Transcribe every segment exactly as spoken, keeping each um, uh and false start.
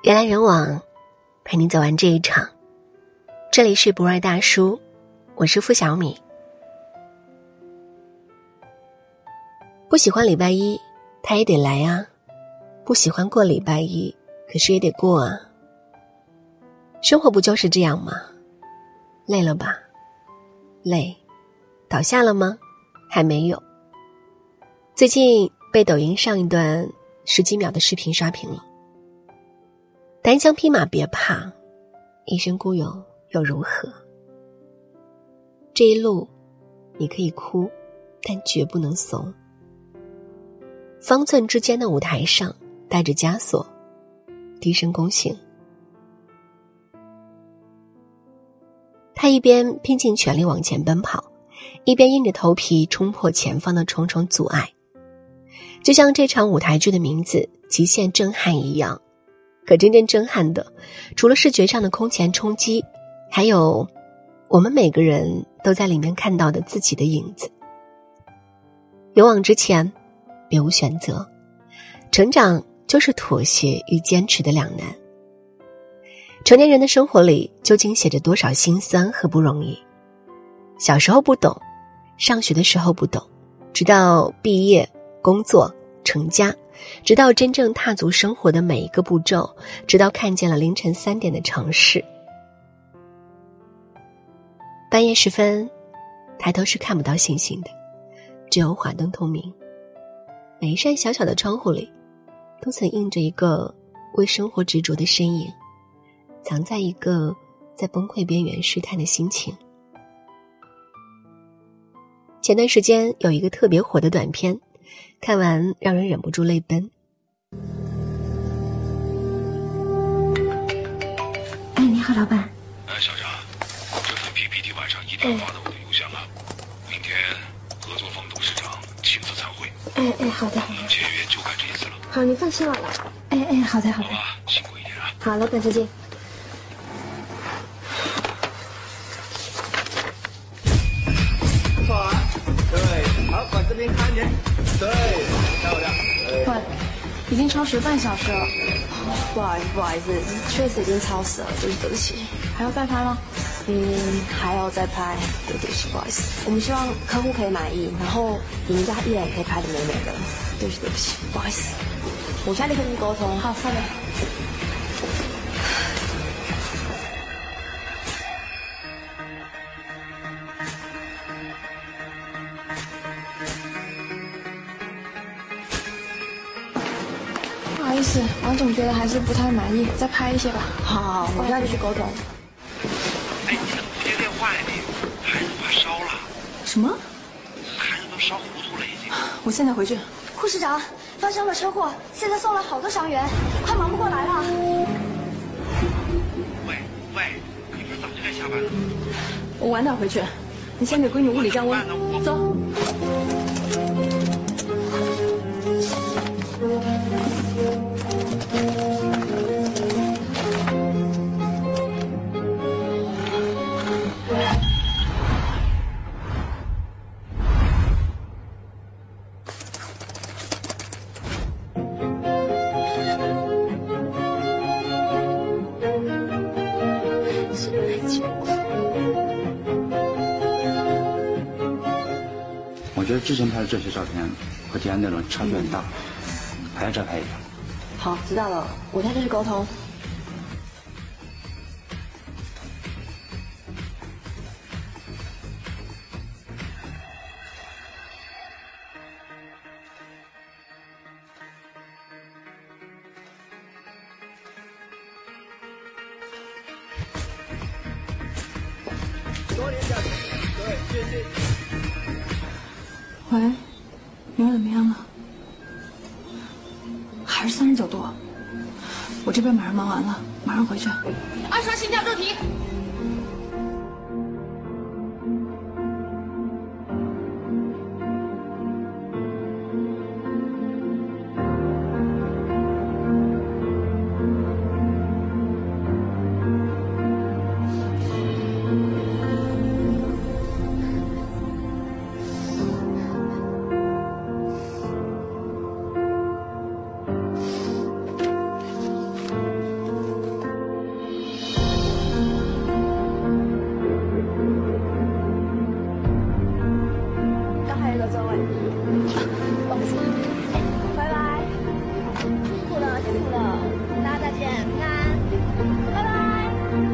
人来人往，陪你走完这一场。这里是不二大叔，我是付小米。不喜欢礼拜一，他也得来啊；不喜欢过礼拜一，可是也得过啊。生活不就是这样吗？累了吧？累。倒下了吗？还没有。最近被抖音上一段十几秒的视频刷屏了。单枪匹马别怕，一身孤勇又如何？这一路你可以哭，但绝不能怂。方寸之间的舞台上，带着枷锁，低声躬行。他一边拼尽全力往前奔跑，一边硬着头皮冲破前方的重重阻碍，就像这场舞台剧的名字极限震撼一样。可真正震撼的，除了视觉上的空前冲击，还有我们每个人都在里面看到的自己的影子。勇往直前，别无选择。成长就是妥协与坚持的两难。成年人的生活里究竟写着多少辛酸和不容易？小时候不懂，上学的时候不懂，直到毕业、工作、成家，直到真正踏足生活的每一个步骤，直到看见了凌晨三点的城市。半夜时分，抬头是看不到星星的，只有华灯通明。每一扇小小的窗户里，都曾映着一个为生活执着的身影，藏在一个在崩溃边缘试探的心情。前段时间有一个特别火的短片，看完让人忍不住泪奔。 哎，你好，老板。 哎，小张，这份 P P T 晚上一定要发到我的邮箱啊！明天合作方董事长亲自参会。 哎哎，好的。 嗯，签约就干这一次了。 好，你放心好了。哎哎，好的好的。 好吧，辛苦一点啊。 好，老板再见。 好啊，对，好，往这边看一点，对，漂亮。 喂，已经超时半小时了。不好意思，不好意思，确实已经超时了，真是对不起。还要再拍吗？嗯，还要再拍，对不起，不好意思。我们希望客户可以满意，然后你们家艺人也可以拍得美美的。对不起，对不起，不好意思。我现在立刻跟你沟通。好，稍等。不好意思，王总觉得还是不太满意，再拍一些吧。好，好，我现在就去沟通。 哎，你怎么不接电话呀？你孩子发烧了。 什么？ 孩子都烧糊涂了已经。 我现在回去。 护士长，发生了车祸，现在送了好多伤员，快忙不过来了。 喂喂，你不是早就该下班了？ 我晚点回去，你先给闺女物理降温。走。 我觉得之前拍的这些照片和底下内容差距很大，还要再拍一张。 好，知道了，我现在就去沟通。 多点下去，对，确定。 喂，你们怎么样了？还是三十九度。我这边马上忙完了，马上回去。 二刷心跳骤停。 上还有一个座位。忘记。拜拜。辛苦了，辛苦了，大家再见，平安。拜拜。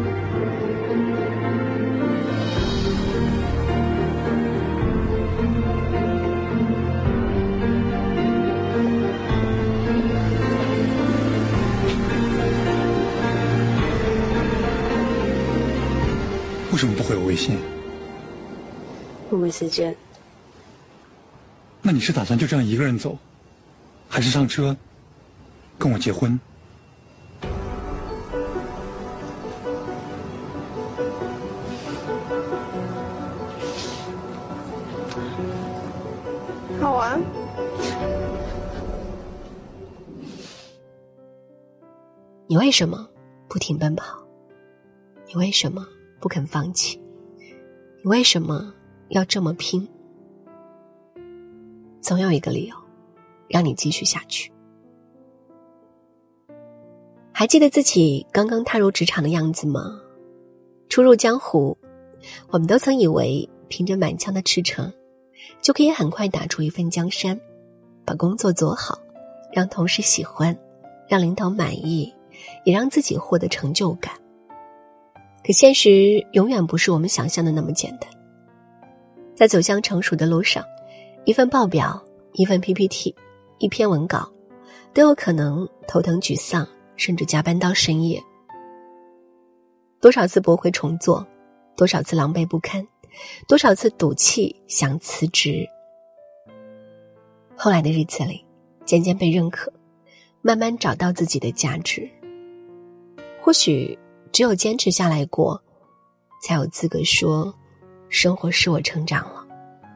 为什么不回我微信？ 我没时间。 那你是打算就这样一个人走，还是上车跟我结婚？ 好玩。 你为什么不停奔跑？你为什么不肯放弃？你为什么要这么拼？总有一个理由让你继续下去。还记得自己刚刚踏入职场的样子吗？初入江湖，我们都曾以为凭着满腔的赤诚就可以很快打出一份江山，把工作做好，让同事喜欢，让领导满意，也让自己获得成就感。可现实永远不是我们想象的那么简单。在走向成熟的路上，一份报表，一份 P P T， 一篇文稿，都有可能头疼沮丧，甚至加班到深夜。多少次驳回重做，多少次狼狈不堪，多少次赌气想辞职。后来的日子里，渐渐被认可，慢慢找到自己的价值。或许只有坚持下来过，才有资格说生活使我成长了。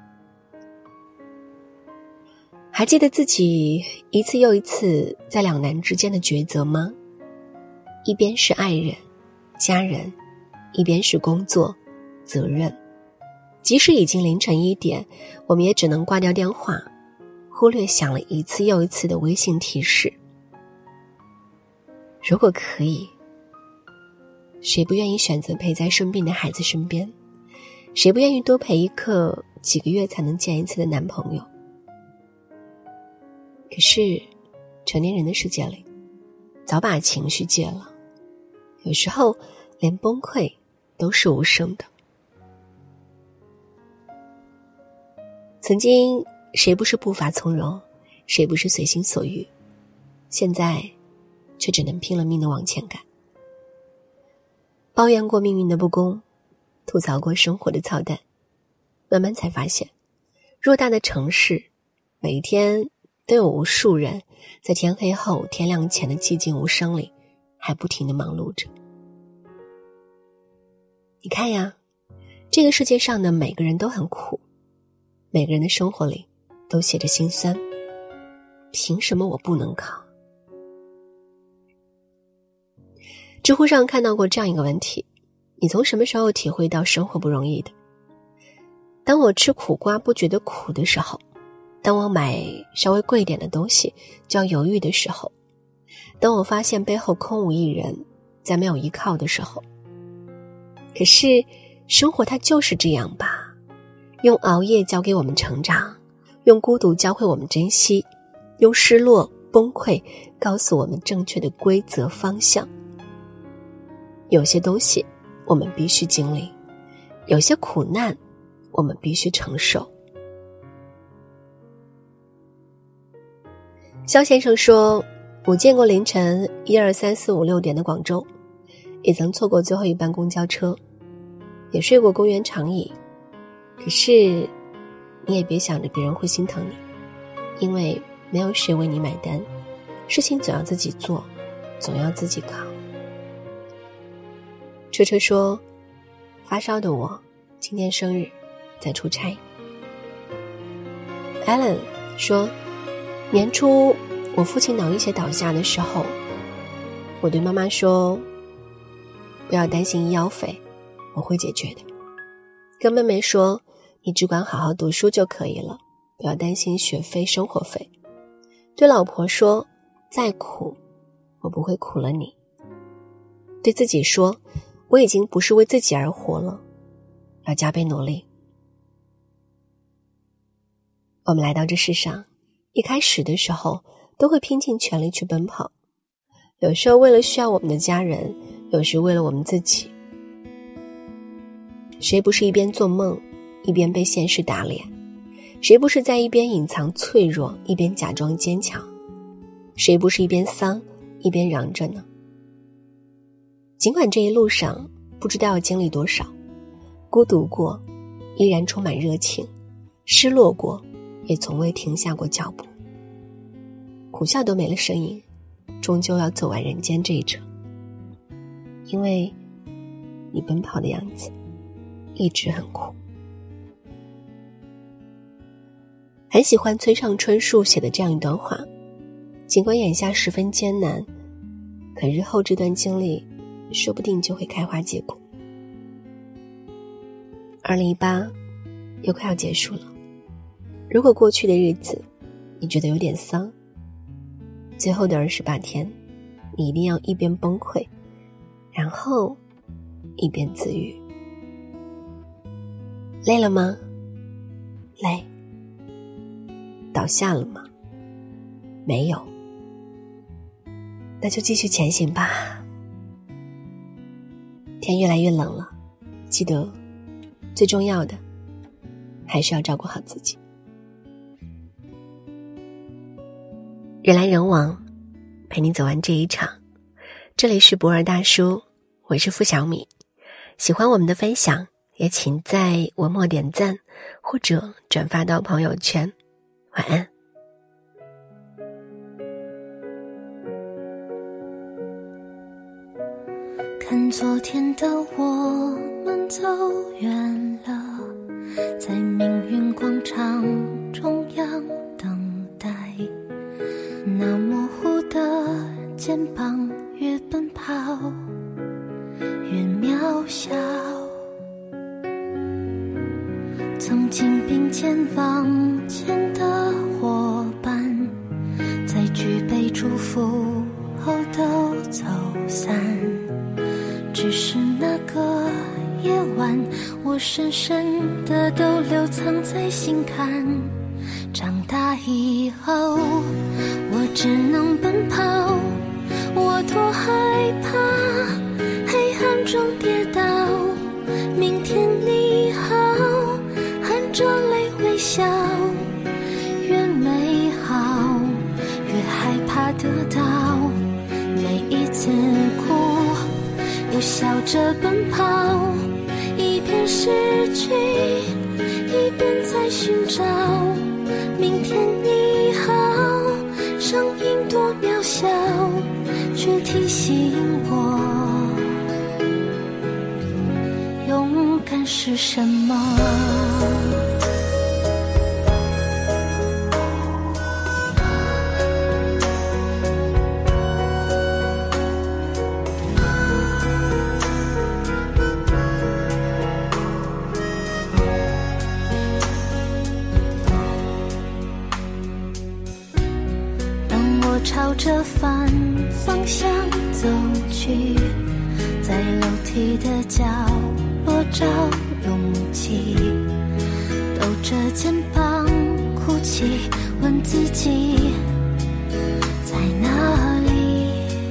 还记得自己一次又一次在两难之间的抉择吗？一边是爱人、家人，一边是工作、责任。即使已经凌晨一点，我们也只能挂掉电话，忽略响了一次又一次的微信提示。如果可以，谁不愿意选择陪在生病的孩子身边？谁不愿意多陪一刻几个月才能见一次的男朋友？可是成年人的世界里，早把情绪戒了，有时候连崩溃都是无声的。曾经谁不是步伐从容，谁不是随心所欲，现在却只能拼了命的往前赶。抱怨过命运的不公，吐槽过生活的操蛋，慢慢才发现，偌大的城市，每一天都有无数人在天黑后天亮前的寂静无声里还不停地忙碌着。你看呀，这个世界上的每个人都很苦，每个人的生活里都写着心酸，凭什么我不能考？知乎上看到过这样一个问题，你从什么时候体会到生活不容易的？当我吃苦瓜不觉得苦的时候，当我买稍微贵一点的东西就要犹豫的时候，当我发现背后空无一人，在没有依靠的时候。可是生活它就是这样吧，用熬夜教给我们成长，用孤独教会我们珍惜，用失落崩溃告诉我们正确的规则方向。有些东西我们必须经历，有些苦难我们必须承受。肖先生说，我见过凌晨一二三四五六点的广州，也曾错过最后一班公交车，也睡过公园长椅。可是你也别想着别人会心疼你，因为没有谁为你买单，事情总要自己做，总要自己扛。车车说，发烧的我今天生日，在出差。Alan 说，年初我父亲脑溢血倒下的时候，我对妈妈说，不要担心医药费，我会解决的。跟妹妹说，你只管好好读书就可以了，不要担心学费生活费。对老婆说，再苦我不会苦了你。对自己说，我已经不是为自己而活了，要加倍努力。 我们来到这世上，一开始的时候都会拼尽全力去奔跑，有时候为了需要我们的家人，有时为了我们自己。谁不是一边做梦一边被现实打脸？谁不是在一边隐藏脆弱一边假装坚强？谁不是一边丧一边嚷着呢？尽管这一路上不知道要经历多少，孤独过依然充满热情，失落过也从未停下过脚步，苦笑都没了声音，终究要走完人间这一程。因为你奔跑的样子一直很苦。很喜欢村上春树写的这样一段话，尽管眼下十分艰难，可日后这段经历说不定就会开花结果。二零一八又快要结束了，如果过去的日子你觉得有点丧，最后的二十八天你一定要一边崩溃，然后一边自愈。累了吗？累。倒下了吗？没有。那就继续前行吧。天越来越冷了，记得最重要的还是要照顾好自己。人来人往，陪你走完这一场。这里是博尔大叔，我是付小米。喜欢我们的分享，也请在文末点赞或者转发到朋友圈。晚安。 看昨天的我们走远了，在命运广场中央等待，那模糊的肩膀越奔跑越渺小，曾经并肩往前的伙伴，在举杯祝福后都走散，只是那个夜晚，我深深的都留藏在心坎。长大以后，我只能奔跑，我多害怕黑暗中跌倒。明天你好，含着泪微笑，越美好越害怕得到，每一次哭又笑着奔跑，一边失去一边在寻找。明天你好，声音多渺小，却提醒我勇敢是什么。朝着反方向走去，在楼梯的角落找勇气，抖着肩膀哭泣，问自己在哪里。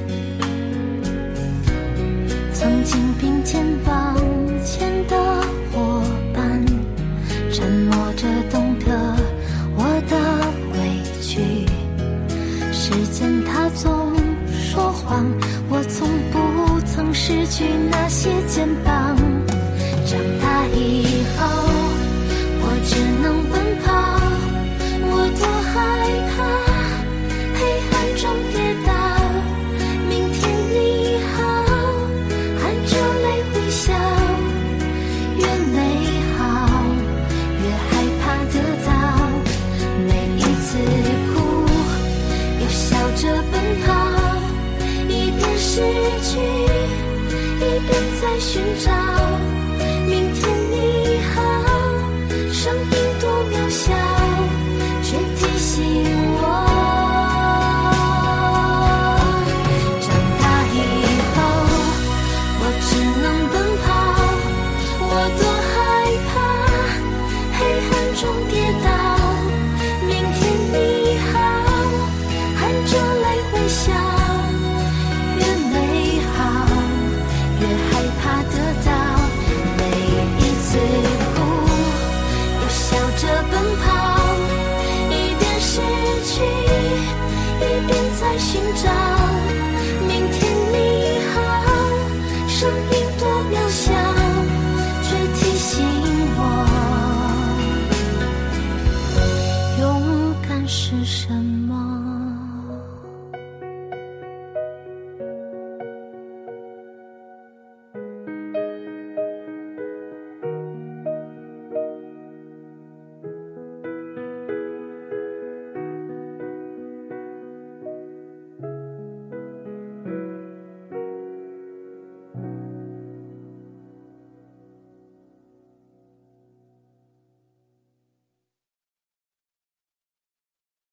曾经并肩往前的伙伴，沉默着懂得我的委屈，时间它总说谎，我从不曾失去那些肩膀。长大以后，我只能奔跑，我多害怕黑暗中跌倒。明天你好，含着泪微笑，越美好越害怕得到，每一次哭又笑着奔跑，一边失去一边在寻找。明天你好，声音多渺小，却提醒我长大以后，我只能奔跑，我多害怕黑暗中跌倒。 便在寻找，明天你好，声音多渺小，却提醒我，勇敢是什么。